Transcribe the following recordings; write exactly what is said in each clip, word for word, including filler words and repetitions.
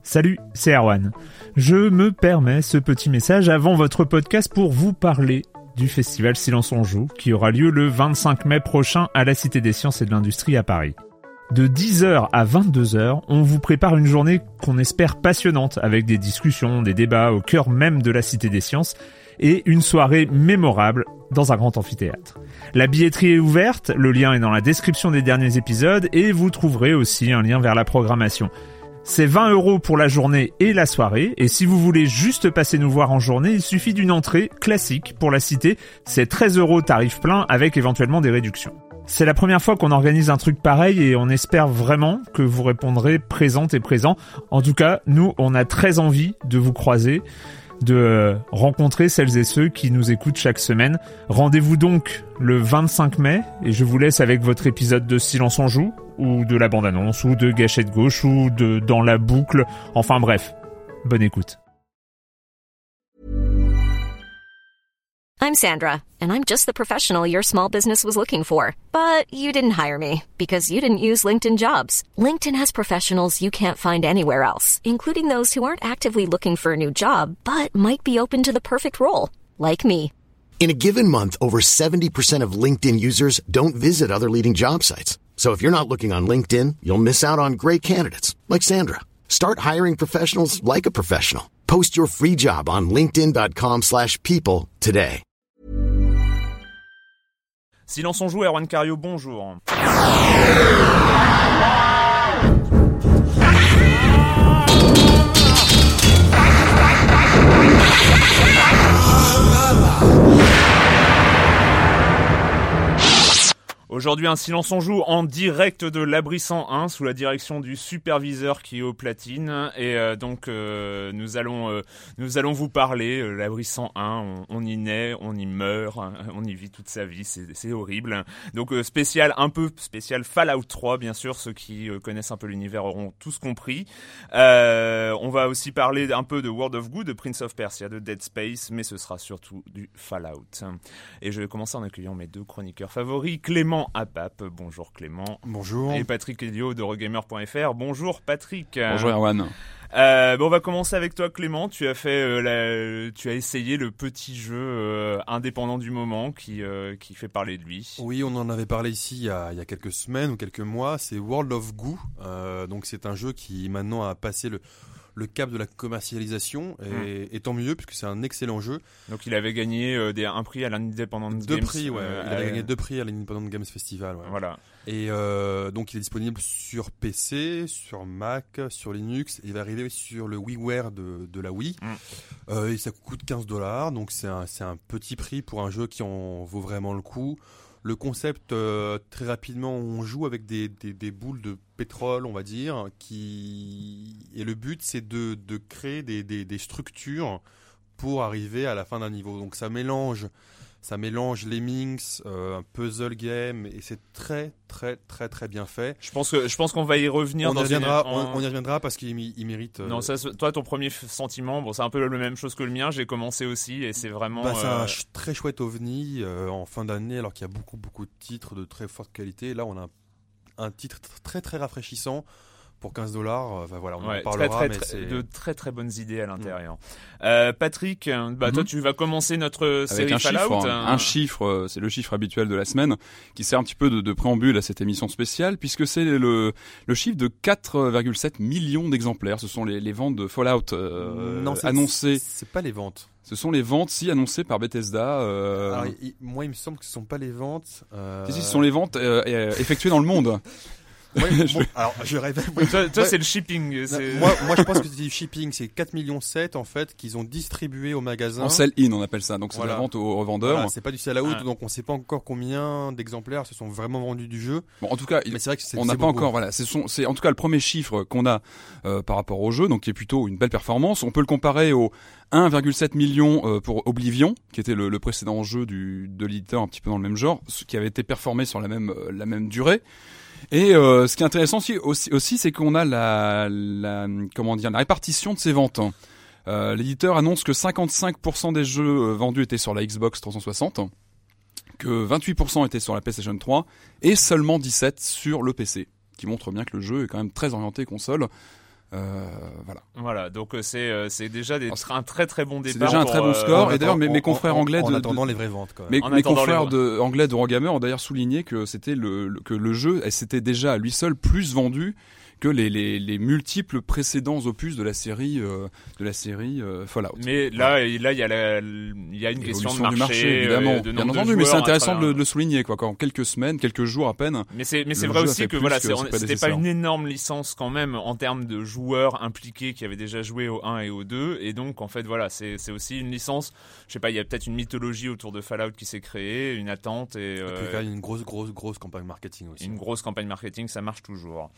Salut, c'est Erwan. Je me permets ce petit message avant votre podcast pour vous parler du festival Silence on Joue qui aura lieu le vingt-cinq mai prochain à la Cité des Sciences et de l'Industrie à Paris. De dix heures à vingt-deux heures, on vous prépare une journée qu'on espère passionnante avec des discussions, des débats au cœur même de la Cité des Sciences et une soirée mémorable dans un grand amphithéâtre. La billetterie est ouverte, le lien est dans la description des derniers épisodes et vous trouverez aussi un lien vers la programmation. C'est vingt euros pour la journée et la soirée, et si vous voulez juste passer nous voir en journée, il suffit d'une entrée classique pour la cité, c'est treize euros tarif plein avec éventuellement des réductions. C'est la première fois qu'on organise un truc pareil et on espère vraiment que vous répondrez présente et présent. En tout cas, nous, on a très envie de vous croiser, de rencontrer celles et ceux qui nous écoutent chaque semaine. Rendez-vous donc le vingt-cinq mai et je vous laisse avec votre épisode de Silence on Joue, ou de la bande-annonce, ou de Gâchette Gauche, ou de Dans la boucle. Enfin bref, bonne écoute. I'm Sandra, and I'm just the professional your small business was looking for. But you didn't hire me, because you didn't use LinkedIn Jobs. LinkedIn has professionals you can't find anywhere else, including those who aren't actively looking for a new job, but might be open to the perfect role, like me. In a given month, over seventy percent of LinkedIn users don't visit other leading job sites. So if you're not looking on LinkedIn, you'll miss out on great candidates, like Sandra. Start hiring professionals like a professional. Post your free job on linkedin.com slash people today. Silence on Joue, Erwan Cario, bonjour. Aujourd'hui, un Silence on Joue en direct de l'Abri cent un sous la direction du superviseur qui est au platine et euh, donc euh, nous allons euh, nous allons vous parler euh, l'Abri cent un, on, on y naît, on y meurt, on y vit toute sa vie, c'est, c'est horrible. Donc euh, spécial un peu spécial Fallout trois bien sûr, ceux qui euh, connaissent un peu l'univers auront tous compris. Euh, on va aussi parler un peu de World of Goo, de Prince of Persia, de Dead Space, mais ce sera surtout du Fallout. Et je vais commencer en accueillant mes deux chroniqueurs favoris, Clément Apap, bonjour Clément. Bonjour. Et Patrick Elio d'Eurogamer point F R, bonjour Patrick. Bonjour Erwan. Euh, bon, on va commencer avec toi Clément, tu as fait, euh, la, tu as essayé le petit jeu euh, indépendant du moment qui, euh, qui fait parler de lui. Oui, on en avait parlé ici il y a, il y a quelques semaines ou quelques mois, c'est World of Goo, euh, donc c'est un jeu qui maintenant a passé le... le cap de la commercialisation et, mmh. et tant mieux puisque c'est un excellent jeu. Donc il avait gagné euh, des, un prix à l'Independent Games. Deux prix, ouais. Euh, il avait euh... gagné deux prix à l'Independent Games Festival. Ouais. Voilà. Et euh, donc il est disponible sur P C, sur Mac, sur Linux. Et il va arriver sur le WiiWare de, de la Wii. Mmh. Euh, et ça coûte quinze dollars. Donc c'est un, c'est un petit prix pour un jeu qui en vaut vraiment le coup. Le concept, euh, très rapidement, on joue avec des, des, des boules de pétrole, on va dire, qui... et le but, c'est de, de créer des, des, des structures pour arriver à la fin d'un niveau. Donc ça mélange, ça mélange Lemmings, euh, un puzzle game, et c'est très, très, très, très bien fait. Je pense que je pense qu'on va y revenir. On dans y reviendra, une... on, on y reviendra parce qu'il il mérite. Euh... Non, ça, toi, ton premier sentiment, bon, c'est un peu la même chose que le mien. J'ai commencé aussi, et c'est vraiment. Bah, c'est euh... un ch- très chouette ovni euh, en fin d'année, alors qu'il y a beaucoup, beaucoup de titres de très forte qualité. Là, on a un, un titre très, très rafraîchissant. Pour quinze dollars, enfin voilà, on ouais, en parlera. Très, très, mais très, c'est... de très très bonnes idées à l'intérieur. Mmh. Euh, Patrick, bah, mm-hmm. toi tu vas commencer notre série Avec un Fallout. Chiffre, hein. Un chiffre, c'est le chiffre habituel de la semaine, qui sert un petit peu de, de préambule à cette émission spéciale, puisque c'est le, le chiffre de quatre virgule sept millions d'exemplaires. Ce sont les, les ventes de Fallout euh, non, c'est, annoncées. C'est pas les ventes. Ce sont les ventes, si, annoncées par Bethesda. Euh... Alors, il, moi, il me semble que ce sont pas les ventes. Euh... Si, si, ce sont les ventes euh, effectuées dans le monde. Ouais, bon, alors je rêve. Toi, toi ouais. c'est le shipping. C'est... Moi, moi, je pense que c'est du shipping. C'est quatre virgule sept millions en fait qu'ils ont distribué au magasin. En sell-in, on appelle ça. Donc c'est voilà. la vente aux revendeurs. Voilà, c'est pas du sell-out, ah. donc on sait pas encore combien d'exemplaires se sont vraiment vendus du jeu. Bon, en tout cas, mais c'est vrai que c'est, on n'a c'est pas beaucoup. encore. Voilà, c'est, son, c'est en tout cas le premier chiffre qu'on a euh, par rapport au jeu, donc qui est plutôt une belle performance. On peut le comparer au un virgule sept million euh, pour Oblivion, qui était le, le précédent jeu du, de l'éditeur un petit peu dans le même genre, qui avait été performé sur la même euh, la même durée. Et euh, ce qui est intéressant aussi, aussi, aussi c'est qu'on a la, la comment dire la répartition de ces ventes. Euh, l'éditeur annonce que cinquante-cinq pour cent des jeux vendus étaient sur la Xbox trois cent soixante, que vingt-huit pour cent étaient sur la PlayStation trois et seulement dix-sept pour cent sur le P C, qui montre bien que le jeu est quand même très orienté console. Euh, voilà. Voilà, donc euh, c'est euh, c'est déjà des, un très très bon départ. C'est déjà un pour, très bon score. Euh, et d'ailleurs, mes, mes en, confrères en, anglais en de, attendant de, les vraies ventes, quoi. Mes, en mes confrères les... de, anglais d'Eurogamer ont d'ailleurs souligné que c'était le, le que le jeu s'était déjà à lui seul plus vendu que les, les, les multiples précédents opus de la série euh, de la série euh, Fallout. Mais là, ouais. là, il y a la, il y a une question de marché, du marché évidemment, euh, de bien entendu. Mais c'est intéressant de le, de le souligner, quoi. Qu'en quelques semaines, quelques jours à peine. Mais c'est, mais c'est vrai aussi que voilà, c'est, on, pas c'était pas une énorme licence quand même en termes de joueurs impliqués qui avaient déjà joué au un et au deux, et donc en fait voilà, c'est, c'est aussi une licence. Je sais pas, il y a peut-être une mythologie autour de Fallout qui s'est créée, une attente et. Euh, et puis, une grosse, grosse, grosse campagne marketing aussi. Une grosse campagne marketing, ça marche toujours.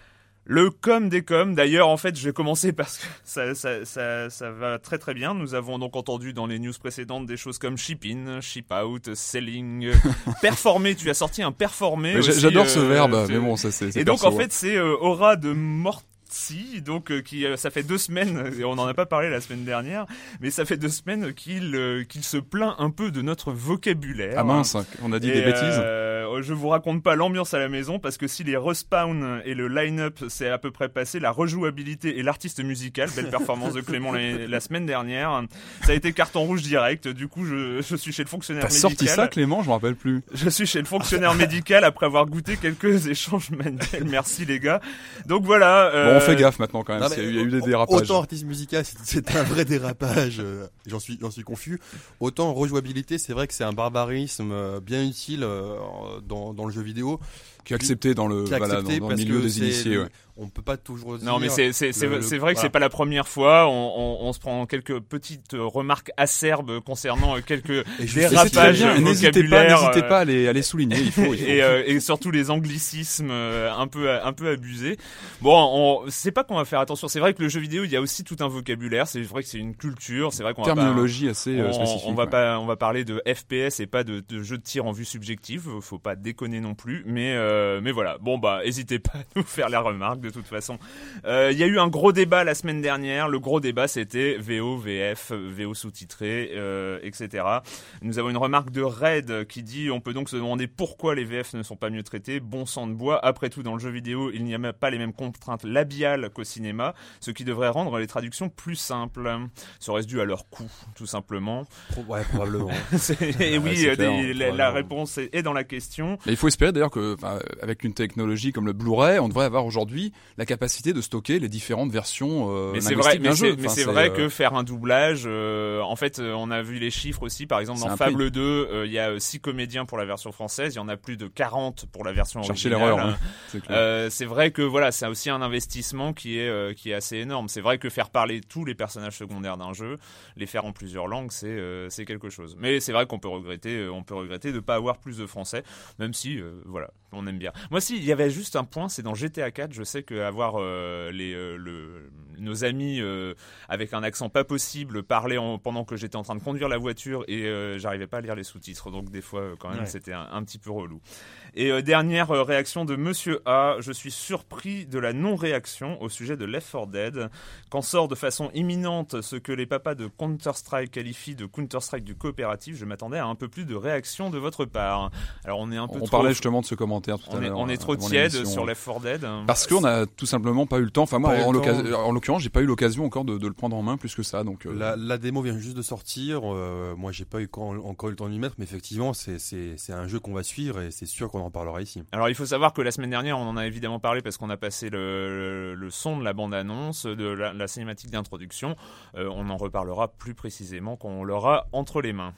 Le com des coms, d'ailleurs, en fait, je vais commencer parce que ça, ça, ça, ça va très très bien. Nous avons donc entendu dans les news précédentes des choses comme ship in, ship out, selling, performer. Tu as sorti un performer. Aussi, j'adore euh, ce verbe, c'est... mais bon, ça c'est. c'est Et donc perso, en fait, c'est euh, aura de mort. Si, donc euh, qui euh, ça fait deux semaines et on n'en a pas parlé la semaine dernière, mais ça fait deux semaines qu'il euh, qu'il se plaint un peu de notre vocabulaire. Ah mince, on a dit et, des bêtises. Euh, je vous raconte pas l'ambiance à la maison parce que si les respawn et le line-up c'est à peu près passé, la rejouabilité et l'artiste musical, belle performance de Clément la, la semaine dernière, ça a été carton rouge direct. Du coup, je, je suis chez le fonctionnaire T'as médical. T'as sorti ça, Clément? Je me rappelle plus. Je suis chez le fonctionnaire médical après avoir goûté quelques échanges manuels. Merci les gars. Donc voilà. Euh, bon, on fait gaffe maintenant quand même. Non, il, y a eu, il y a eu des dérapages. Autant artiste musical, c'est un vrai dérapage. Euh, j'en suis, j'en suis confus. Autant rejouabilité, c'est vrai que c'est un barbarisme euh, bien utile euh, dans, dans le jeu vidéo. Qui est accepté dans le, voilà, dans, dans le milieu des initiés. Ouais. On peut pas toujours dire. Non, mais c'est, c'est, c'est, le, c'est le, vrai que voilà. c'est pas la première fois. On, on, on se prend quelques petites remarques acerbes concernant quelques dérapages vocabulaire. N'hésitez pas, n'hésitez pas à les, à les souligner. Il faut, il faut. Et, euh, et surtout les anglicismes euh, un peu, un peu abusés. Bon, on, c'est pas qu'on va faire attention. C'est vrai que le jeu vidéo, il y a aussi tout un vocabulaire. C'est vrai que c'est une culture. C'est vrai qu'on terminologie va pas, assez euh, on, spécifique. On va ouais. pas, on va parler de F P S et pas de, de jeu de tir en vue subjective. Faut pas déconner non plus. Mais, euh, mais voilà. Bon bah, n'hésitez pas à nous faire la remarque de toute façon. Il euh, y a eu un gros débat la semaine dernière. Le gros débat, c'était V O, V F, V O sous-titré, euh, et cetera. Nous avons une remarque de Red qui dit: on peut donc se demander pourquoi les V F ne sont pas mieux traités. Bon sang de bois. Après tout, dans le jeu vidéo, il n'y a même pas les mêmes contraintes labiales qu'au cinéma, ce qui devrait rendre les traductions plus simples. Serait-ce dû à leur coût, tout simplement? Ouais, probablement. Et oui, ouais, des, la, la réponse est dans la question. Mais il faut espérer d'ailleurs que, avec une technologie comme le Blu-ray, on devrait avoir aujourd'hui la capacité de stocker les différentes versions euh, mais c'est vrai, mais d'un c'est, jeu. mais enfin, c'est, c'est vrai euh... que faire un doublage, euh, en fait, euh, on a vu les chiffres aussi. Par exemple, dans Fable deux, il euh, y a six comédiens pour la version française, il y en a plus de quarante pour la version Chercher originale. l'erreur. Hein. C'est, euh, c'est vrai que voilà, c'est aussi un investissement qui est euh, qui est assez énorme. C'est vrai que faire parler tous les personnages secondaires d'un jeu, les faire en plusieurs langues, c'est euh, c'est quelque chose. Mais c'est vrai qu'on peut regretter, euh, on peut regretter de pas avoir plus de français, même si euh, voilà, on aime bien. Moi, si il y avait juste un point, c'est dans G T A quatre, je sais qu'avoir euh, les euh, le, nos amis euh, avec un accent pas possible parler en, pendant que j'étais en train de conduire la voiture et euh, j'arrivais pas à lire les sous-titres, donc des fois euh, quand même ouais. c'était un, un petit peu relou. Et euh, dernière euh, réaction de Monsieur A, je suis surpris de la non-réaction au sujet de Left four Dead. Quand sort de façon imminente ce que les papas de Counter-Strike qualifient de Counter-Strike du coopératif, je m'attendais à un peu plus de réaction de votre part. Alors on est un peu on trop... parlait justement de ce commentaire tout on à est, l'heure. On est trop tiède sur Left four Dead. Parce qu'on a tout simplement pas eu le temps. Enfin moi, en, l'occas- en l'occurrence, j'ai pas eu l'occasion encore de, de le prendre en main plus que ça. Donc euh... la, la démo vient juste de sortir. Euh, moi, j'ai pas eu encore, encore eu le temps de m'y mettre, mais effectivement, c'est, c'est, c'est un jeu qu'on va suivre et c'est sûr qu'on en parlera ici. Alors il faut savoir que la semaine dernière, on en a évidemment parlé parce qu'on a passé le, le, le son de la bande-annonce, de la, la cinématique d'introduction. Euh, on en reparlera plus précisément quand on l'aura entre les mains.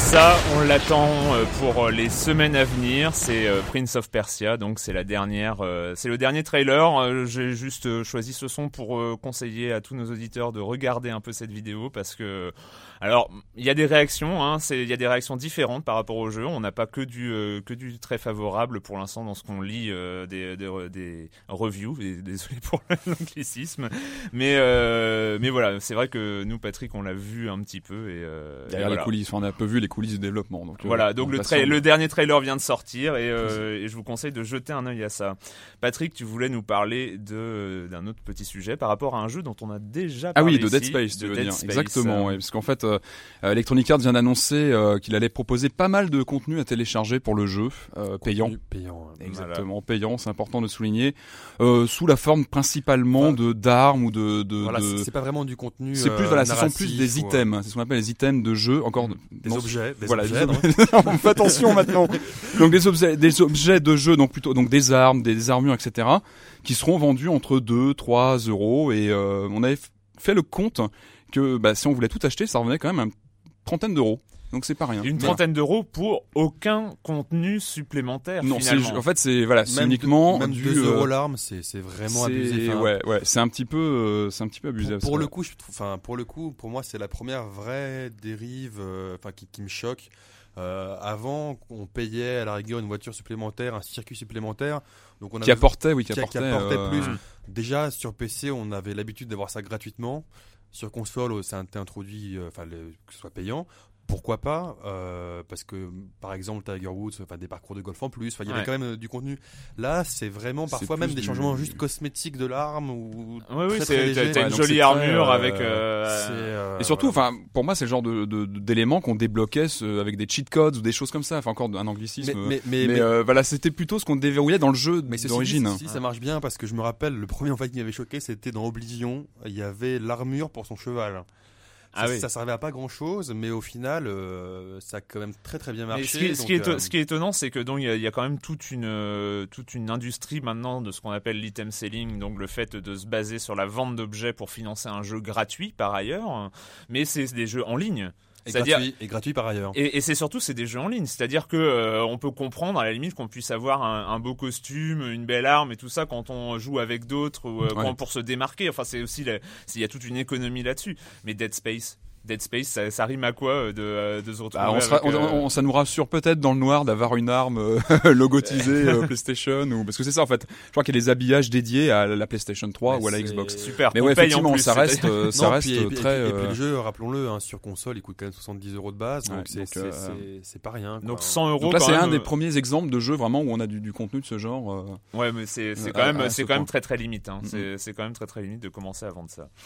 Ça, on l'attend pour les semaines à venir. C'est Prince of Persia, donc c'est la dernière, c'est le dernier trailer. J'ai juste choisi ce son pour conseiller à tous nos auditeurs de regarder un peu cette vidéo parce que, alors, il y a des réactions, hein, c'est, il y a des réactions différentes par rapport au jeu. On n'a pas que du euh, que du très favorable pour l'instant dans ce qu'on lit euh, des, des des reviews. Et, désolé pour l'anglicisme, mais euh, mais voilà, c'est vrai que nous, Patrick, on l'a vu un petit peu et euh, derrière et voilà. les coulisses, on a un peu vu les coulisses du développement. Donc voilà, euh, donc le, tra- le dernier trailer vient de sortir et, euh, et je vous conseille de jeter un œil à ça. Patrick, tu voulais nous parler de d'un autre petit sujet par rapport à un jeu dont on a déjà parlé. Ah oui, de ici, Dead Space, tu de veux Dead dire. Space. Exactement, ouais, parce qu'en fait, euh, Electronic Arts vient d'annoncer euh, qu'il allait proposer pas mal de contenu à télécharger pour le jeu, euh, payant. Payant. Hein. Exactement, voilà. Payant, c'est important de souligner, euh, sous la forme principalement enfin, de d'armes ou de. de, voilà, de... c'est pas vraiment du contenu. C'est plus, euh, voilà, ce sont plus des ou, items. C'est ce qu'on appelle les items de jeu. Encore des non, objets. Des voilà, objets. Des ob... on fait attention maintenant. Donc des objets, des objets de jeu, donc plutôt donc des armes, des, des armures, et cetera, qui seront vendus entre deux, trois euros. Et euh, on avait fait le compte que bah, si on voulait tout acheter, ça revenait quand même à une trentaine d'euros. Donc c'est pas rien. Une trentaine d'euros pour aucun contenu supplémentaire. Non, finalement. c'est, en fait c'est voilà, c'est même uniquement de, même du deux euros euh, l'arme, c'est c'est vraiment c'est, abusé. Enfin, ouais, ouais, c'est un petit peu, euh, c'est un petit peu abusé. Pour, pour le coup, je trouve, enfin pour le coup, pour moi c'est la première vraie dérive, enfin euh, qui, qui me choque. Euh, avant, on payait à la rigueur une voiture supplémentaire, un circuit supplémentaire, donc on qui avait, apportait, oui, qui, qui apportait, qui apportait euh... plus. Déjà sur P C, on avait l'habitude d'avoir ça gratuitement. Sur console, ça a été introduit, enfin euh, que ce soit payant. Pourquoi pas euh, parce que par exemple Tiger Woods, enfin des parcours de golf en plus, enfin il y avait ouais. quand même euh, du contenu. Là, c'est vraiment parfois c'est même des du... changements juste cosmétiques de l'arme ou oui oui, très, c'est très léger. t'as, t'as une ouais, jolie armure très, avec euh, euh... euh, et surtout, voilà. enfin pour moi c'est le genre de, de, de d'éléments qu'on débloquait ce, avec des cheat codes ou des choses comme ça. Enfin encore un anglicisme. Mais, mais, mais, mais, mais euh, voilà, c'était plutôt ce qu'on déverrouillait dans le jeu mais d'origine. Si, si, ça marche bien parce que je me rappelle le premier en fait qui m'avait choqué, c'était dans Oblivion. Il y avait l'armure pour son cheval. Ça, ah oui. ça servait à pas grand chose, mais au final, euh, ça a quand même très très bien marché. Mais ce, qui est, donc, ce, qui est, euh... ce qui est étonnant, c'est que donc il y, y a quand même toute une euh, toute une industrie maintenant de ce qu'on appelle l'item selling, donc le fait de se baser sur la vente d'objets pour financer un jeu gratuit par ailleurs, mais c'est des jeux en ligne. Et C'est-à-dire, gratuit, et gratuit par ailleurs. Et, et c'est surtout c'est des jeux en ligne, c'est-à-dire que euh, on peut comprendre à la limite qu'on puisse avoir un, un beau costume, une belle arme et tout ça quand on joue avec d'autres ou euh, ouais. quand, pour se démarquer. Enfin c'est aussi il y a toute une économie là-dessus. Mais Dead Space. Dead Space, ça, ça rime à quoi de, de se retrouver bah, on sera, avec, on, euh... on, ça nous rassure peut-être dans le noir d'avoir une arme euh, logotisée euh, PlayStation ou parce que c'est ça en fait. Je crois qu'il y a des habillages dédiés à la PlayStation trois mais ou à la Xbox. Super. Mais ouais, effectivement, plus, ça reste, euh, ça non, reste puis, et, très. Et puis, et puis euh... le jeu, rappelons-le, hein, sur console, il coûte quand même soixante-dix euros de base, donc ouais, c'est donc, c'est, euh... c'est, c'est pas rien. Quoi. Donc cent euros. Donc là, c'est même, un des euh... premiers exemples de jeux vraiment où on a du, du contenu de ce genre. Euh... Ouais, mais c'est c'est euh, quand même à, à c'est quand point. même très très limite. Hein. Mm-hmm. C'est c'est quand même très très limite de commencer à vendre ça.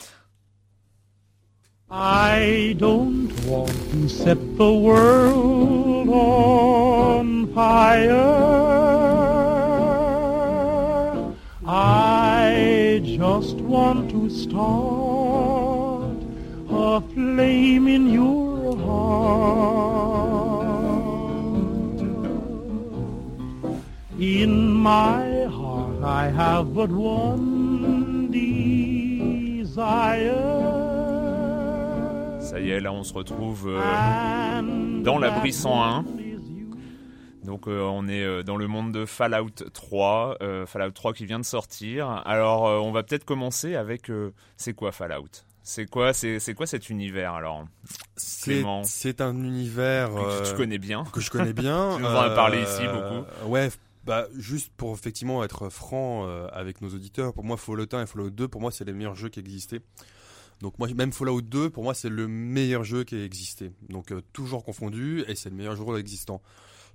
I don't want to set the world on fire. I just want to start a flame in your heart. In my heart I have but one desire. Ça y est, là on se retrouve euh, dans l'abri cent un. Donc euh, on est euh, dans le monde de Fallout trois, euh, Fallout trois qui vient de sortir. Alors euh, on va peut-être commencer avec euh, c'est quoi Fallout ? C'est quoi c'est c'est quoi cet univers alors ? C'est, c'est un univers que euh, tu connais bien, que je connais bien. Tu nous en as parlé ici beaucoup. Ouais. Bah, juste pour effectivement être franc euh, avec nos auditeurs, pour moi Fallout un et Fallout deux, pour moi c'est les meilleurs jeux qui existaient. Donc moi même Fallout deux, pour moi c'est le meilleur jeu qui a existé. Donc euh, toujours confondu et c'est le meilleur jeu existant. Pourquoi ?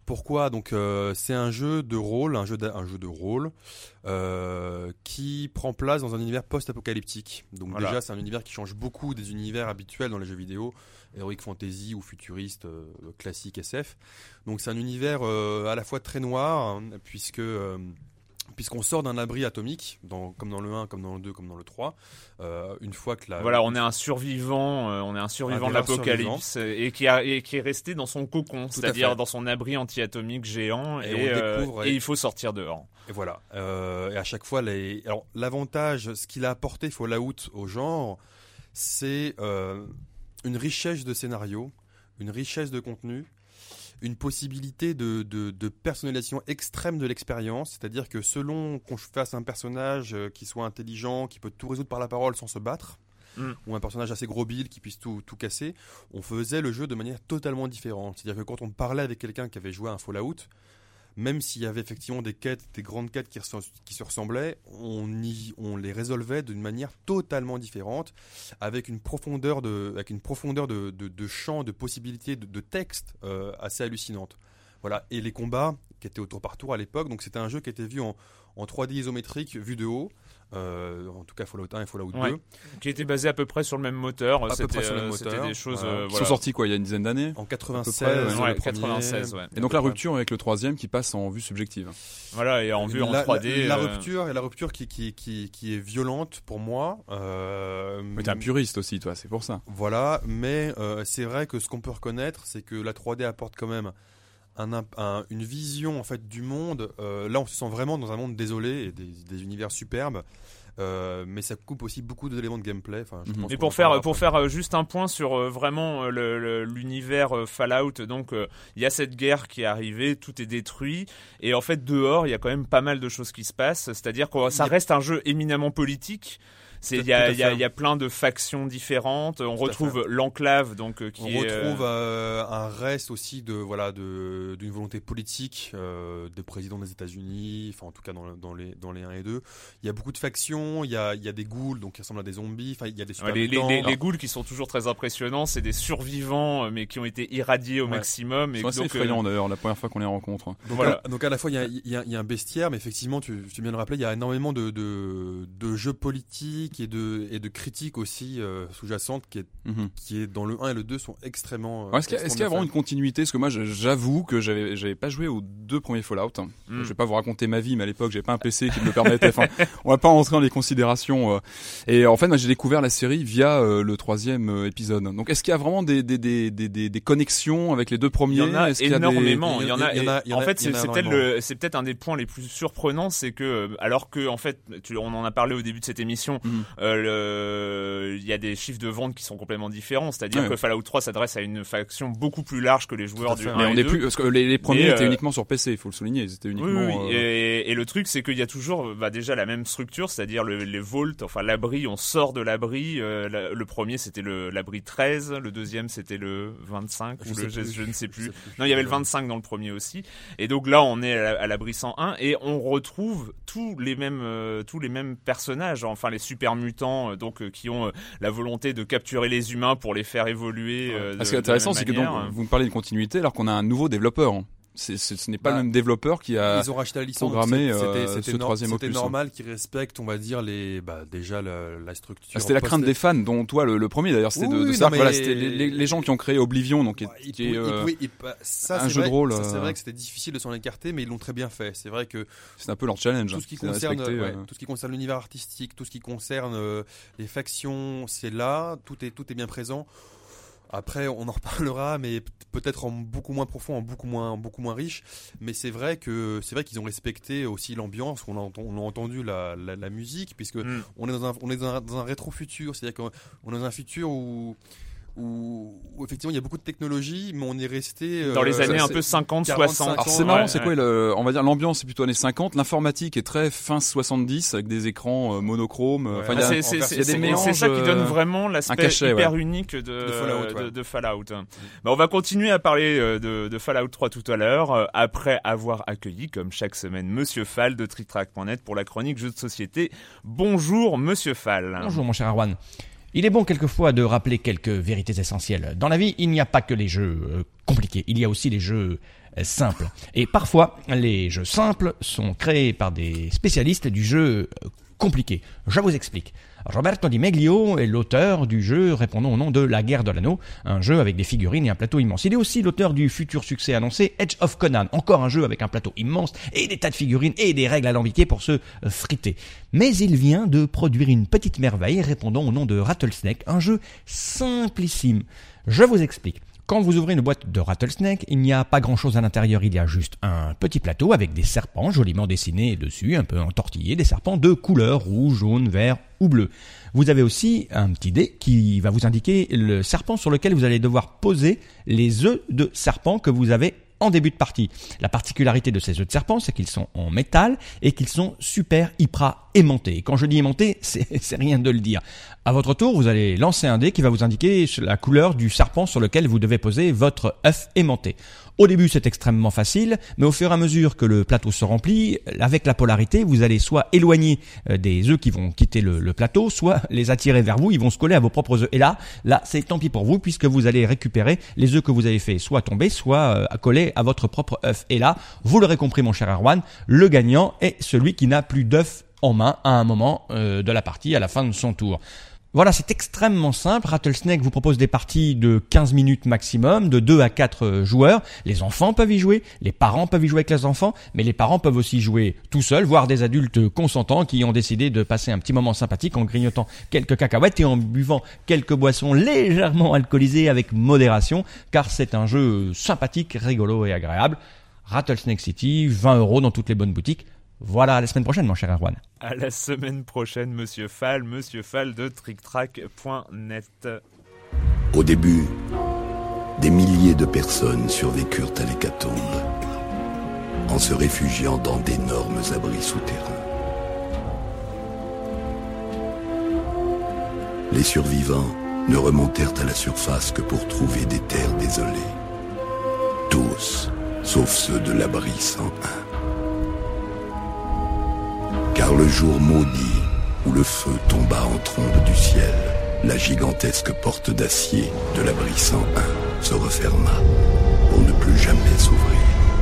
Donc euh, c'est un jeu de rôle, un jeu de, un jeu de rôle euh, qui prend place dans un univers post-apocalyptique. Donc voilà. Déjà c'est un univers qui change beaucoup des univers habituels dans les jeux vidéo, heroic fantasy ou futuriste, euh, classique S F. Donc c'est un univers euh, à la fois très noir, hein, puisque euh, puisqu'on sort d'un abri atomique, dans, comme dans le un, comme dans le deux, comme dans le trois, euh, une fois que la... Voilà, on est un survivant, euh, on est un survivant un de l'apocalypse et qui, a, et qui est resté dans son cocon, Tout c'est-à-dire dans son abri anti-atomique géant, et, et, euh, découvre, et... et il faut sortir dehors. Et voilà. Euh, et à chaque fois, les... alors l'avantage, ce qu'il a apporté Fallout au genre, c'est euh, une richesse de scénario, une richesse de contenu, une possibilité de, de, de personnalisation extrême de l'expérience, c'est-à-dire que selon qu'on fasse un personnage euh, qui soit intelligent, qui peut tout résoudre par la parole sans se battre, mm. ou un personnage assez gros build qui puisse tout, tout casser, on faisait le jeu de manière totalement différente. C'est-à-dire que quand on parlait avec quelqu'un qui avait joué à un Fallout, même s'il y avait effectivement des quêtes, des grandes quêtes qui, res- qui se ressemblaient, on, y, on les résolvait d'une manière totalement différente, avec une profondeur de, avec une profondeur de, de, de champ, de possibilités, de, de texte euh, assez hallucinante. Voilà. Et les combats qui étaient au tour par tour à l'époque, donc c'était un jeu qui était vu en, en trois D isométrique, vu de haut. Euh, en tout cas Fallout un et Fallout ouais. deux qui était basé à peu près sur le même moteur, à c'était, peu près sur le même moteur. C'était des choses voilà. euh, qui voilà. sont sortis quoi il y a une dizaine d'années en quatre-vingt-seize, ouais, ouais, quatre-vingt-seize ouais. Et donc la rupture avec le troisième qui passe en vue subjective, voilà, et en vue la, en trois D la, la euh... rupture et la rupture qui, qui, qui, qui est violente pour moi euh, mais t'es un puriste aussi toi, c'est pour ça, voilà, mais euh, c'est vrai que ce qu'on peut reconnaître c'est que la trois D apporte quand même Un, un, une vision en fait du monde. Euh, là, on se sent vraiment dans un monde désolé et des, des univers superbes. Euh, mais ça coupe aussi beaucoup d'éléments de gameplay. Enfin, je mmh. pense et pour faire pour faire juste un point sur euh, vraiment euh, le, le, l'univers euh, Fallout, donc il euh, y a cette guerre qui est arrivée, tout est détruit, et en fait dehors il y a quand même pas mal de choses qui se passent. C'est-à-dire que ça reste un jeu éminemment politique. Il y a, y, a, y a plein de factions différentes. On tout retrouve l'enclave, donc euh, qui on est, retrouve euh, un reste aussi de voilà de d'une volonté politique euh, des présidents des États-Unis. Enfin, en tout cas dans, dans les dans les un et deux, il y a beaucoup de factions. Il y a il y a des ghouls donc qui ressemblent à des zombies. Enfin, il y a des super ouais, les, mutants. Les, les, les ghouls qui sont toujours très impressionnants, c'est des survivants mais qui ont été irradiés au ouais. maximum. C'est assez effrayant euh... d'ailleurs la première fois qu'on les rencontre. Donc, voilà. à, donc à la fois il y a il y a, il y a un bestiaire, mais effectivement tu tu viens de le rappeler, il y a énormément de de, de jeux politiques et de et de critiques aussi euh, sous-jacentes qui est mm-hmm. qui est dans le un et le deux sont extrêmement. Euh, est-ce, qu'il y a, est-ce qu'il y a vraiment une continuité? Parce que moi j'avoue que j'avais j'avais pas joué aux deux premiers Fallout. Mm. Je vais pas vous raconter ma vie, mais à l'époque j'avais pas un P C qui me le permettait. Enfin, on va pas rentrer dans les considérations. Euh. Et en fait, moi j'ai découvert la série via euh, le troisième euh, épisode. Donc est-ce qu'il y a vraiment des des des des des, des connexions avec les deux premiers? Il y en a est-ce énormément. Il y en a. En fait, c'est, c'est peut-être le c'est peut-être un des points les plus surprenants, c'est que alors que en fait, tu, on en a parlé au début de cette émission. Mm. Euh, le il y a des chiffres de vente qui sont complètement différents, c'est-à-dire ouais. que Fallout trois s'adresse à une faction beaucoup plus large que les joueurs du un mais on et est deux. Plus, parce que les, les premiers mais étaient euh... uniquement sur P C, il faut le souligner, ils étaient uniquement. Oui, oui. Euh... Et, et le truc, c'est qu'il y a toujours, bah, déjà la même structure, c'est-à-dire le, les vaults, enfin l'abri, on sort de l'abri. Euh, la, le premier c'était le l'abri treize, le deuxième c'était le vingt-cinq je ou le je, je ne sais plus. sais plus. Non, il y avait le vingt-cinq dans le premier aussi. Et donc là, on est à, à l'abri cent un et on retrouve tous les mêmes euh, tous les mêmes personnages, enfin les super mutants, euh, donc euh, qui ont euh, la volonté de capturer les humains pour les faire évoluer. Euh, de, Ce qui est intéressant, c'est que donc, vous me parlez de continuité alors qu'on a un nouveau développeur. C'est, c'est, ce n'est pas bah, le même développeur qui a ils ont racheté la licence, programmé c'était, euh, c'était, ce troisième c'était opus. C'était normal qu'ils respectent, on va dire, les, bah, déjà la, la structure. Ah, c'était la crainte des fans, dont toi le, le premier d'ailleurs, c'était oui, de, de oui, ça. Voilà, c'était les, les, les gens qui ont créé Oblivion, donc ouais, qui est euh, oui, oui, ça, un jeu vrai, de rôle. Ça, c'est vrai que c'était difficile de s'en écarter, mais ils l'ont très bien fait. C'est vrai que c'est un peu leur challenge. Tout ce qui concerne, ouais, euh... tout ce qui concerne l'univers artistique, tout ce qui concerne euh, les factions, c'est là, tout est tout est bien présent. Après, on en reparlera, mais peut-être en beaucoup moins profond, en beaucoup moins, en beaucoup moins riche. Mais c'est vrai que c'est vrai qu'ils ont respecté aussi l'ambiance. On a, on a entendu la, la, la musique, puisque mm. on est dans un, on est dans un, dans un rétro-futur. C'est-à-dire qu'on est dans un futur où Où, où effectivement il y a beaucoup de technologie, mais on est resté euh, dans les années ça, un peu cinquante soixante. Alors c'est marrant, ouais, c'est ouais. quoi le, on va dire l'ambiance c'est plutôt années cinquante, l'informatique est très fin soixante-dix avec des écrans euh, monochromes. Ouais. Enfin, il y a, c'est, c'est, c'est, c'est, mélanges, c'est ça qui donne vraiment l'aspect cachet, hyper ouais. unique de, de Fallout. De, de Fallout. Mmh. Bah, on va continuer à parler de, de Fallout trois tout à l'heure, après avoir accueilli comme chaque semaine Monsieur Fall de Trick Track point net pour la chronique jeux de société. Bonjour Monsieur Fall. Bonjour mon cher Arwan. Il est bon quelquefois de rappeler quelques vérités essentielles. Dans la vie, il n'y a pas que les jeux euh, compliqués, il y a aussi les jeux euh, simples. Et parfois, les jeux simples sont créés par des spécialistes du jeu euh, compliqué. Je vous explique. Roberto Di Meglio est l'auteur du jeu répondant au nom de La Guerre de l'Anneau, un jeu avec des figurines et un plateau immense. Il est aussi l'auteur du futur succès annoncé Edge of Conan, encore un jeu avec un plateau immense et des tas de figurines et des règles alambiquées pour se friter. Mais il vient de produire une petite merveille répondant au nom de Rattlesnake, un jeu simplissime. Je vous explique. Quand vous ouvrez une boîte de Rattlesnake, il n'y a pas grand-chose à l'intérieur, il y a juste un petit plateau avec des serpents joliment dessinés dessus, un peu entortillés, des serpents de couleur rouge, jaune, vert ou bleu. Vous avez aussi un petit dé qui va vous indiquer le serpent sur lequel vous allez devoir poser les œufs de serpent que vous avez en début de partie. La particularité de ces œufs de serpent, c'est qu'ils sont en métal et qu'ils sont super hyper aimantés. Et quand je dis aimantés, c'est, c'est rien de le dire. À votre tour, vous allez lancer un dé qui va vous indiquer la couleur du serpent sur lequel vous devez poser votre œuf aimanté. Au début, c'est extrêmement facile, mais au fur et à mesure que le plateau se remplit, avec la polarité, vous allez soit éloigner des œufs qui vont quitter le, le plateau, soit les attirer vers vous, ils vont se coller à vos propres œufs. Et là, là, c'est tant pis pour vous, puisque vous allez récupérer les œufs que vous avez fait soit tomber, soit euh, coller à votre propre œuf. Et là, vous l'aurez compris, mon cher Erwan, le gagnant est celui qui n'a plus d'œufs en main à un moment euh, de la partie, à la fin de son tour. Voilà, c'est extrêmement simple. Rattlesnake vous propose des parties de quinze minutes maximum, de deux à quatre joueurs. Les enfants peuvent y jouer, les parents peuvent y jouer avec les enfants, mais les parents peuvent aussi jouer tout seuls, voire des adultes consentants qui ont décidé de passer un petit moment sympathique en grignotant quelques cacahuètes et en buvant quelques boissons légèrement alcoolisées avec modération, car c'est un jeu sympathique, rigolo et agréable. Rattlesnake City, vingt euros dans toutes les bonnes boutiques. Voilà, à la semaine prochaine, mon cher Erwan. À la semaine prochaine, Monsieur Fall, Monsieur Fall de trick track point net. Au début, des milliers de personnes survécurent à l'hécatombe, en se réfugiant dans d'énormes abris souterrains. Les survivants ne remontèrent à la surface que pour trouver des terres désolées. Tous, sauf ceux de l'abri cent un. Car le jour maudit où le feu tomba en trombe du ciel, la gigantesque porte d'acier de l'abri cent un se referma pour ne plus jamais s'ouvrir.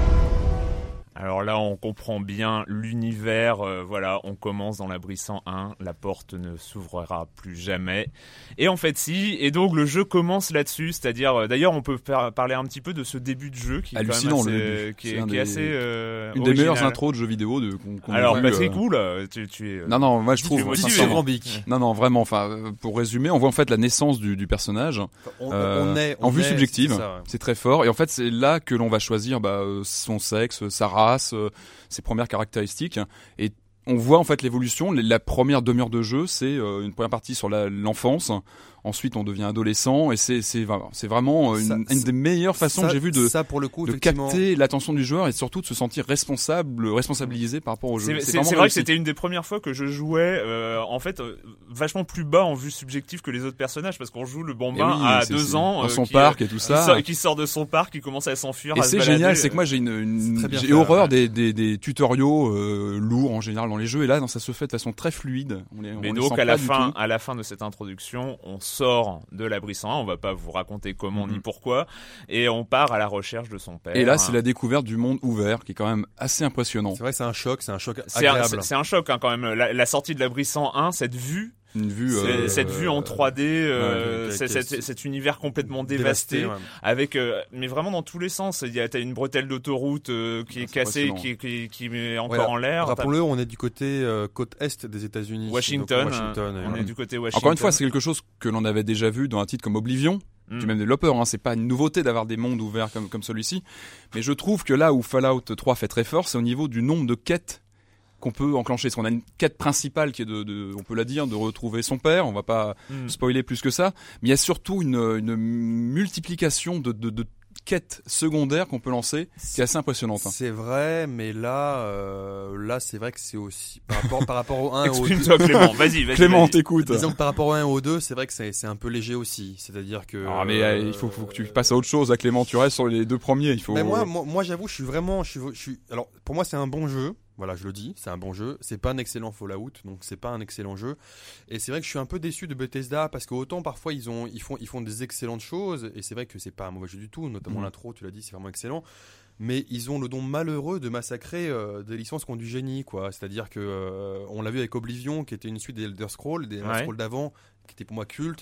Alors là, on comprend bien l'univers. Euh, voilà, on commence dans l'abri cent un. La porte ne s'ouvrira plus jamais. Et en fait, si. Et donc, le jeu commence là-dessus. C'est-à-dire, euh, d'ailleurs, on peut faire, parler un petit peu de ce début de jeu qui est hallucinant, quand même assez, le début. qui est, C'est un qui est des, assez euh, une original. des meilleures intros de jeux vidéo de, qu'on, qu'on Alors, a vu, Patrick, euh... oula, tu, tu es. Euh... Non, non, moi je trouve. Dis-tu, sincèrement, dis-tu, non, non, vraiment. Enfin, pour résumer, on voit en fait la naissance du, du personnage. On, euh, on est, on en vue est, subjective. C'est, ça, ouais. C'est très fort. Et en fait, c'est là que l'on va choisir bah, son sexe, sa race, euh, ses premières caractéristiques. Et on voit en fait l'évolution. La première demi-heure de jeu, c'est euh, une première partie sur la, l'enfance. Ensuite, on devient adolescent et c'est c'est c'est vraiment une, ça, une des meilleures façons ça, que j'ai vu de ça pour le coup, de capter l'attention du joueur et surtout de se sentir responsable, responsabilisé par rapport au jeu. C'est, C'est, c'est, c'est vrai réussi. que c'était une des premières fois que je jouais euh, en fait euh, vachement plus bas en vue subjective que les autres personnages parce qu'on joue le bambin oui, à c'est, deux c'est, ans dans euh, son qui, parc euh, et tout qui ça, sort, qui sort de son parc, qui commence à s'enfuir. et à c'est se balader. génial, c'est que moi j'ai une, une j'ai fait, horreur ouais. des, des des tutoriaux euh, lourds en général dans les jeux et là, ça se fait de façon très fluide. On les, Mais on donc les sent à la pas du fin, tout. à la fin de cette introduction, on sort de l'abri cent un. On va pas vous raconter comment Mm-hmm. ni pourquoi, et on part à la recherche de son père. Et là, c'est la découverte du monde ouvert qui est quand même assez impressionnant. C'est vrai que c'est un choc, c'est un choc C'est un, agréable. c'est, c'est un choc hein, quand même. La, la sortie de l'abri cent un, cette vue. Une vue, C'est, euh, cette vue en trois D, euh, ouais, c'est, qui est- cet, cet univers complètement dévasté, dévasté, ouais. avec, euh, mais vraiment dans tous les sens. Il y a, t'as une bretelle d'autoroute euh, qui Ah, est c'est cassée, impressionnant. qui, qui, qui met encore Ouais, en l'air. Rappelons-le, on est du côté euh, côte est des États-Unis. Washington, Donc, Washington, euh, et on voilà. est du côté Washington. Encore une fois, c'est quelque chose que l'on avait déjà vu dans un titre comme Oblivion, Mm. du même développeur. Hein. C'est pas une nouveauté d'avoir des mondes ouverts comme comme celui-ci, mais je trouve que là où Fallout trois fait très fort, c'est au niveau du nombre de quêtes qu'on peut enclencher. Parce qu'on a une quête principale qui est de, de, on peut la dire, de retrouver son père. On va pas Mm. spoiler plus que ça, mais il y a surtout une, une multiplication de, de, de quêtes secondaires qu'on peut lancer, qui est assez impressionnante. Hein. C'est vrai, mais là, euh, là, c'est vrai que c'est aussi par rapport par rapport au un et au deux. Exprime-toi Clément, vas-y, vas-y. Clément, vas-y. t'écoute. Disons que par rapport au un et au deux, c'est vrai que c'est c'est un peu léger aussi. C'est-à-dire que. Ah mais euh, il faut, faut que tu passes à autre chose, à Clément. Tu restes sur les deux premiers. Il faut. Mais moi, moi, moi, j'avoue, je suis vraiment, je suis, je suis. Alors, pour moi, c'est un bon jeu. Voilà, je le dis, c'est un bon jeu. C'est pas un excellent Fallout, donc c'est pas un excellent jeu. Et c'est vrai que je suis un peu déçu de Bethesda parce qu'autant parfois ils ont, ils font, ils font des excellentes choses. Et c'est vrai que c'est pas un mauvais jeu du tout. Notamment Mmh. l'intro, tu l'as dit, c'est vraiment excellent. Mais ils ont le don malheureux de massacrer euh, des licences qui ont du génie, quoi. C'est-à-dire que euh, on l'a vu avec Oblivion, qui était une suite des Elder Scrolls, des Elder Ouais. Scrolls d'avant, qui était pour moi culte.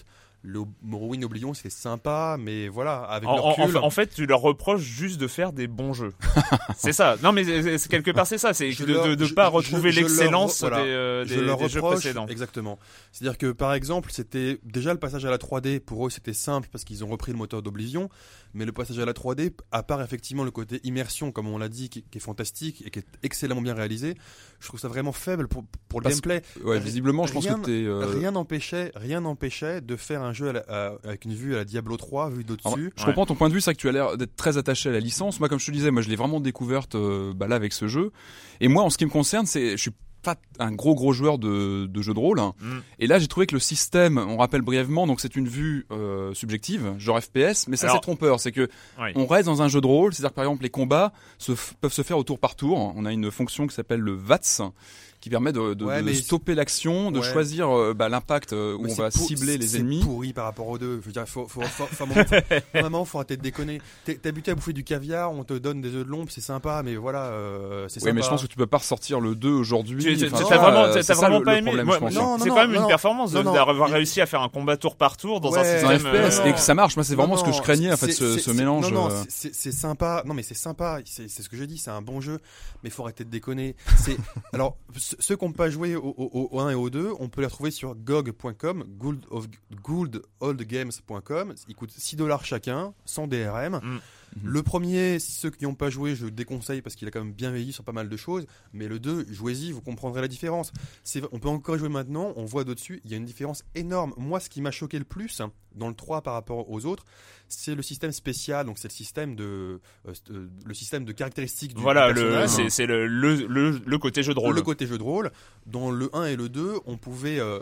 le Morrowind Oblivion c'est sympa, mais voilà, avec En, le en, recul. en fait, tu leur reproches juste de faire des bons jeux. C'est ça. Non, mais c'est, c'est, quelque part, c'est ça. C'est Je de leur- de, de je- pas je- retrouver je leur- l'excellence voilà. des, euh, Je des, leur des jeux reproche, précédents. exactement. C'est-à-dire que par exemple, c'était déjà le passage à la trois D. Pour eux, c'était simple parce qu'ils ont repris le moteur d'Oblivion. Mais le passage à la trois D, à part effectivement le côté immersion, comme on l'a dit, qui, qui est fantastique et qui est excellemment bien réalisé, je trouve ça vraiment faible pour, pour le Parce gameplay. Ouais, visiblement, je pense Rien- que t'es. euh, Rien n'empêchait, rien n'empêchait de faire un jeu à la- à- avec une vue à la Diablo trois, vue Alors, d'au-dessus. je Ouais. comprends ton point de vue, c'est vrai que tu as l'air d'être très attaché à la licence. Moi, comme je te disais, moi, je l'ai vraiment découverte euh, bah, là avec ce jeu. Et moi, en ce qui me concerne, c'est, je suis pas un gros gros joueur de, de jeux de rôle. Hein. Mm. Et là, j'ai trouvé que le système, on rappelle brièvement, donc c'est une vue euh, subjective, genre F P S, mais ça Alors- c'est trompeur. C'est que Oui. on reste dans un jeu de rôle, c'est-à-dire que par exemple les combats se f- peuvent se faire au tour par tour. On a une fonction qui s'appelle le V A T S qui permet de, de, Ouais, de mais stopper l'action, de Ouais. choisir euh, bah, l'impact euh, où Mais on c'est va pour- cibler les c'est ennemis. pourri par rapport aux deux. Je veux dire, faut, faut, faut, faut, à un moment, faut, à un moment, faut arrêter de déconner. T'es, t'es habitué à bouffer du caviar, on te donne des œufs de l'ombre, c'est sympa, mais voilà, euh, c'est Oui, sympa. mais je pense que tu peux pas ressortir le deux aujourd'hui. Tu, tu- Enfin, t'as tu vois, vraiment, euh, t'as, c'est t'as ça vraiment le- pas le aimé. problème, Moi, je pense. Non, c'est non, quand même non, une performance non, non. d'avoir Il- réussi à faire un combat tour par tour dans Ouais, un C'est un système. F P S euh, et que ça marche. Moi, c'est vraiment Non, ce que je non, craignais en fait, c'est- ce, c'est- ce c'est- mélange. Non, non, euh, c'est, c'est, c'est sympa. Non, mais c'est sympa. C'est, c'est ce que j'ai dit. C'est un bon jeu, mais faut arrêter de déconner. C'est alors ce- ceux qui n'ont pas joué au, au, au un et au deux, on peut les retrouver sur G O G point com, good of good old games point com. Ils coûtent six dollars chacun, sans D R M. Mm. Le premier, ceux qui n'ont pas joué, je le déconseille parce qu'il a quand même bien vieilli sur pas mal de choses. Mais le deux, jouez-y, vous comprendrez la différence. C'est, on peut encore y jouer maintenant, on voit d'au-dessus, il y a une différence énorme. Moi, ce qui m'a choqué le plus hein, dans le trois par rapport aux autres, c'est le système spécial. Donc c'est le système de, euh, euh, le système de caractéristiques du, Voilà, du le, personnage. c'est, c'est le, le, le, le côté jeu de rôle. Le côté jeu de rôle. Dans le un et le deux, on pouvait... euh,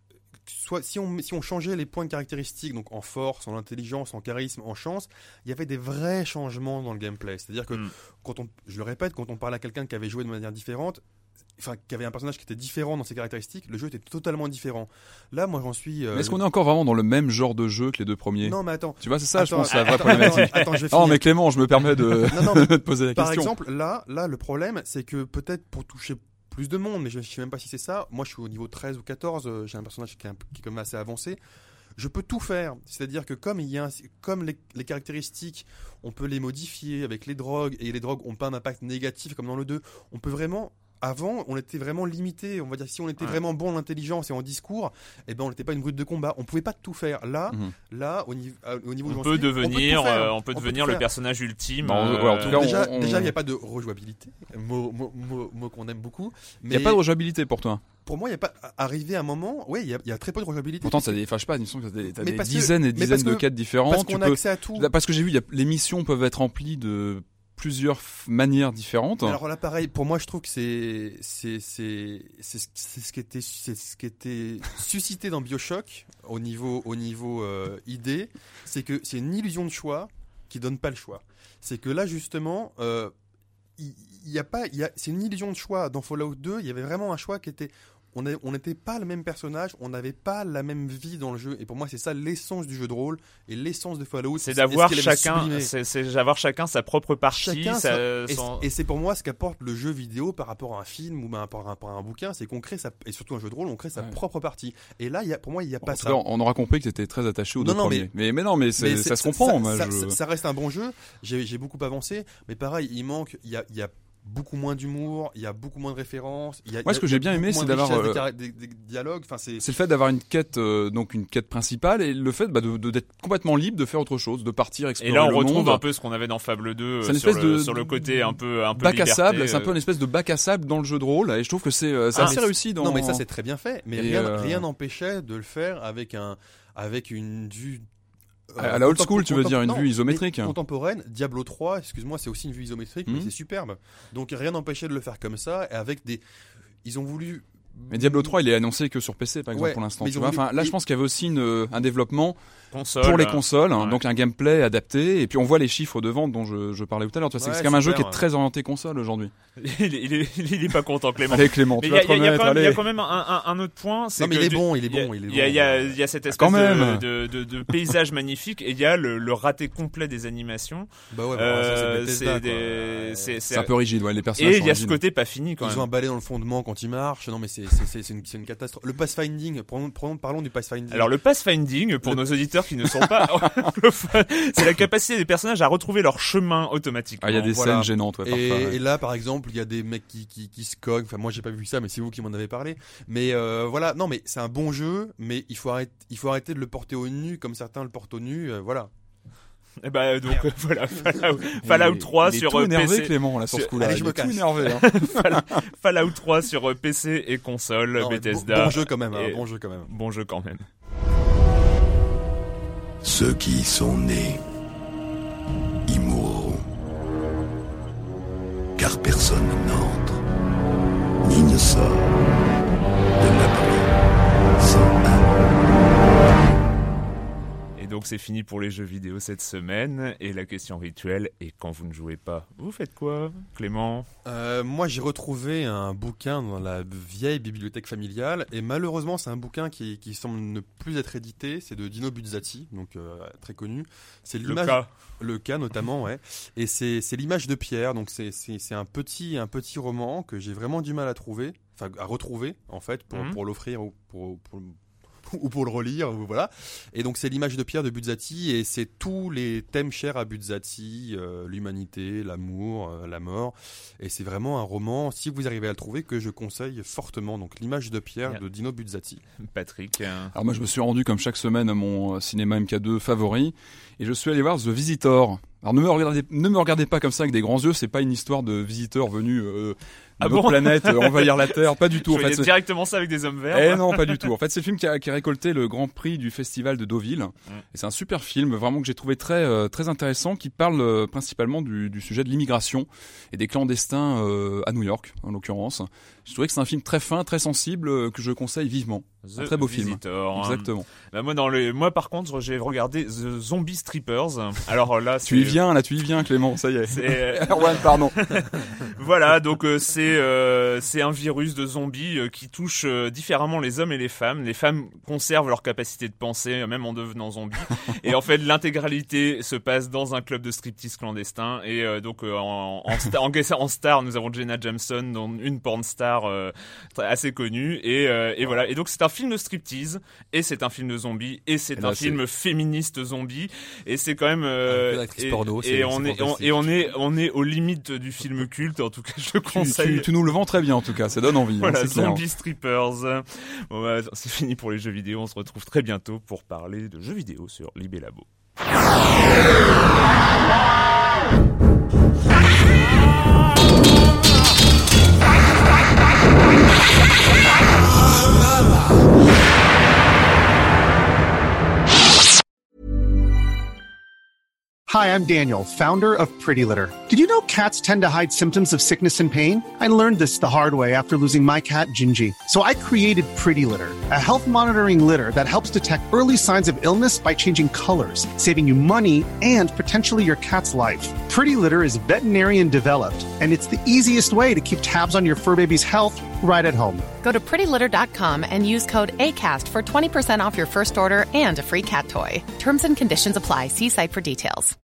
soit si on, si on changeait les points de caractéristiques, donc en force, en intelligence, en charisme, en chance, il y avait des vrais changements dans le gameplay. C'est-à-dire que, Mm. quand on, je le répète, quand on parle à quelqu'un qui avait joué de manière différente, enfin, qui avait un personnage qui était différent dans ses caractéristiques, le jeu était totalement différent. Là, moi, j'en suis... euh, Mais est-ce qu'on est encore vraiment dans le même genre de jeu que les deux premiers? Non, mais attends. Tu vois, c'est ça, je Attends, pense, la vraie attends, problématique. attends, attends, je vais Oh, finir. mais Clément, je me permets de, Non, non, mais de te poser la Par question. exemple, là, là, le problème, c'est que peut-être pour toucher plus de monde, mais je ne sais même pas si c'est ça. Moi, je suis au niveau treize ou quatorze, euh, j'ai un personnage qui est, un- qui est quand même assez avancé. Je peux tout faire. C'est-à-dire que comme, il y a un- comme les, les caractéristiques, on peut les modifier avec les drogues, et les drogues n'ont pas un impact négatif comme dans le deux, on peut vraiment... Avant, on était vraiment limité. On va dire si on était Ouais. vraiment bon en intelligence et en discours, eh ben on n'était pas une brute de combat. On pouvait pas tout faire. Là, Mhm. là, au niveau, euh, au niveau où On j'en peut suis, devenir, on peut tout faire. euh, on peut On peut devenir tout le faire. personnage ultime. Bon, euh, ouais, en tout cas, Déjà, on- on- déjà, il n'y a pas de rejouabilité, mot, mot, mot, mot qu'on aime beaucoup. Il Mais n'y a pas de rejouabilité pour toi. pour moi, il n'y a pas arrivé un moment. Oui, il y, a- il y a très peu de rejouabilité. Pourtant, t'as des, enfin, je sais pas, il me semble que t'as des, t'as Mais des parce que- dizaines et mais dizaines parce de que- quêtes différentes. parce Tu qu'on a peux- accès à tout. Parce que j'ai vu, il y a, les missions peuvent être remplies de plusieurs f- manières différentes. Alors là, pareil, pour moi, je trouve que c'est c'est c'est c'est ce- c'est ce qui était c'est ce qui était suscité dans BioShock au niveau au niveau euh, idée, c'est que c'est une illusion de choix qui donne pas le choix. C'est que là justement, euh, il il y a pas, il y a, c'est une illusion de choix. Dans Fallout deux, il y avait vraiment un choix qui était, on est- on n'était pas le même personnage, on n'avait pas la même vie dans le jeu. Et pour moi, c'est ça l'essence du jeu de rôle et l'essence de Fallout. C'est et ce d'avoir qu'il avait chacun, sublimé. c'est, c'est d'avoir chacun sa propre partie. Chacun sa- sa- et, son- et c'est pour moi ce qu'apporte le jeu vidéo par rapport à un film ou par rapport à un, par un bouquin, c'est qu'on crée sa, et surtout un jeu de rôle, on crée sa Ouais. propre partie. Et là, il y a, pour moi, il n'y a En pas tout ça. cas, on aura compris que t'étais très attaché aux Non, deux non, premiers. mais- Mais, mais non, mais, c'est- Mais ça c'est- se comprend. Ça, moi, ça- je- ça- ça reste un bon jeu. J'ai, j'ai beaucoup avancé, mais pareil, il manque, il y a, il y a beaucoup moins d'humour, il y a beaucoup moins de références. Il y a, Moi, il y ce a- que il y j'ai a bien beaucoup aimé, moins c'est de d'avoir, richesse euh, des, cara- des- des dialogues. Enfin, c'est. C'est le fait d'avoir une quête, euh, donc une quête principale, et le fait bah, de, de- d'être complètement libre de faire autre chose, de partir explorer Et là, on le retrouve monde. un peu ce qu'on avait dans Fable deux C'est une sur espèce le, de- sur le côté un peu, un peu bac à liberté, sable, c'est un euh, peu une espèce de bac à sable dans le jeu de rôle, et je trouve que c'est, euh, c'est Ah, assez mais réussi dans. Non, mais ça, c'est très bien fait. Mais Et, rien, euh, rien n'empêchait de le faire avec un, avec une vue. euh, À la old contem- school, tu veux contem- dire, une non, vue isométrique. mais contemporaine. Diablo trois, excuse-moi, c'est aussi une vue isométrique, mais Mhm. c'est superbe. Donc rien n'empêchait de le faire comme ça, et avec des. Ils ont voulu. Mais Diablo trois, il est annoncé que sur P C, par exemple, Ouais, pour l'instant. mais Tu ils ont vois. voulu- Enfin, là, je ils- pense qu'il y avait aussi une, un développement console, pour les consoles, ouais. donc un gameplay adapté, et puis on voit les chiffres de vente dont je, je parlais tout à l'heure. Tu vois, Ouais, c'est quand même un jeu super, qui est très orienté console aujourd'hui. il, est, il, est, il est pas content, Clément. Allez Clément, Mais tu il y, vas te a- il y a remettre, quand même- il y a allez. quand même un, un, un autre point. C'est Non, mais que il est du- bon, il est y a- bon, il est Il y a, bon. il y a, il y a cette espèce Quand de, même. de, de, de paysage magnifique et il y a le, le raté complet des animations. Bah ouais, bah, Euh, ça, c'est Bethesda, c'est quoi. des- c'est- C'est un peu rigide, ouais, les personnages Et sont il y a ce rigides. côté pas fini quand Ils même. ont un balai dans le fondement quand ils marchent. Non, mais c'est c'est c'est c'est une, c'est une catastrophe. Le pathfinding. Prenons, prenons- parlons du pathfinding. Alors le pathfinding, pour Le- nos auditeurs qui ne sont pas anglophones, c'est la capacité des personnages à retrouver leur chemin automatiquement. Ah, il y a des Voilà. scènes gênantes, ouais, et, parfois. ouais. et là, par exemple, il y a des mecs qui, qui, qui se cognent. Enfin, moi, j'ai pas vu ça, mais c'est vous qui m'en avez parlé. Mais euh, voilà, non, mais c'est un bon jeu, mais il faut arrêter, il faut arrêter de le porter au nu comme certains le portent au nu. euh, voilà. Et bah donc euh, voilà, Fallout, Fallout Il- trois il est sur tout euh, énervé, P C. Clément, là, sur ce sur- coup-là. Allez, Il je me est tout casse. énervé, hein. Fallout trois sur euh, P C et console, Non, mais Bethesda. Bon, bon jeu quand même, hein, Et- bon jeu quand même. Bon jeu quand même. Ceux qui y sont nés y mourront. Car personne n'entre, ni ne sort de l'abri sans un. Et donc c'est fini pour les jeux vidéo cette semaine. Et la question rituelle est quand vous ne jouez pas, vous faites quoi, Clément? Euh, moi, j'ai retrouvé un bouquin dans la vieille bibliothèque familiale, et malheureusement, c'est un bouquin qui, qui semble ne plus être édité. C'est de Dino Buzzati, donc euh, très connu. C'est Le l'image, cas. le cas notamment, ouais. Et c'est c'est l'image de Pierre. Donc c'est c'est c'est un petit un petit roman que j'ai vraiment du mal à trouver, enfin à retrouver en fait pour Mhm. pour l'offrir ou pour, pour ou pour le relire, ou voilà. Et donc c'est l'image de Pierre de Buzzati, et c'est tous les thèmes chers à Buzzati, euh, l'humanité, l'amour, euh, la mort. Et c'est vraiment un roman, si vous arrivez à le trouver, que je conseille fortement. Donc l'image de Pierre Bien. de Dino Buzzati. Patrick. hein. Alors moi je me suis rendu comme chaque semaine à mon euh, cinéma M K deux favori et je suis allé voir The Visitor. Alors ne me regardez, ne me regardez pas comme ça avec des grands yeux, c'est pas une histoire de visiteurs venus euh, de Ah notre bon planète euh, envahir la Terre, pas du tout. Je En fait, voyais c'est- directement ça avec des hommes verts. Eh non, pas du tout. En fait, c'est le film qui a, qui a récolté le Grand Prix du Festival de Deauville. Et c'est un super film, vraiment que j'ai trouvé très euh, très intéressant, qui parle euh, principalement du, du sujet de l'immigration et des clandestins euh, à New York, en l'occurrence. Je trouvais que c'est un film très fin, très sensible, euh, que je conseille vivement. The Un très beau film. Visitor, hein. Exactement. Bah, moi, dans les... moi, par contre, j'ai regardé The Zombie Strippers. Alors là, Tu y c'est- viens, là, tu y viens, Clément. Ça y est. C'est- Erwan, pardon. Voilà, donc euh, c'est euh, c'est un virus de zombies euh, qui touche euh, différemment les hommes et les femmes. Les femmes conservent leur capacité de penser, euh, même en devenant zombies. Et en fait, l'intégralité se passe dans un club de striptease clandestin. Et euh, donc euh, en, en, star, en, guest- en star, nous avons Jenna Jameson, dont une porn star euh, assez connue. Et, euh, et voilà. Et donc c'est un film de striptease, et c'est un film de zombies, et c'est Et là, un film féministe zombie. Et c'est quand même euh, Avec une actrice et, porno, c'est- et c'est on est on, fantastique. et on est on est aux limites du film culte. En tout cas, je le Tu, conseille. tu, tu nous le vends très bien, en tout cas. Ça donne envie. hein, Voilà, c'est clair. Zombie Strippers. Bon, bah, c'est fini pour les jeux vidéo. On se retrouve très bientôt pour parler de jeux vidéo sur Libé Labo. Hi, I'm Daniel, founder of Pretty Litter. Did you know cats tend to hide symptoms of sickness and pain? I learned this the hard way after losing my cat, Gingy. So I created Pretty Litter, a health monitoring litter that helps detect early signs of illness by changing colors, saving you money and potentially your cat's life. Pretty Litter is veterinarian developed, and it's the easiest way to keep tabs on your fur baby's health right at home. Go to pretty litter dot com and use code ACAST for twenty percent off your first order and a free cat toy. Terms and conditions apply. See site for details.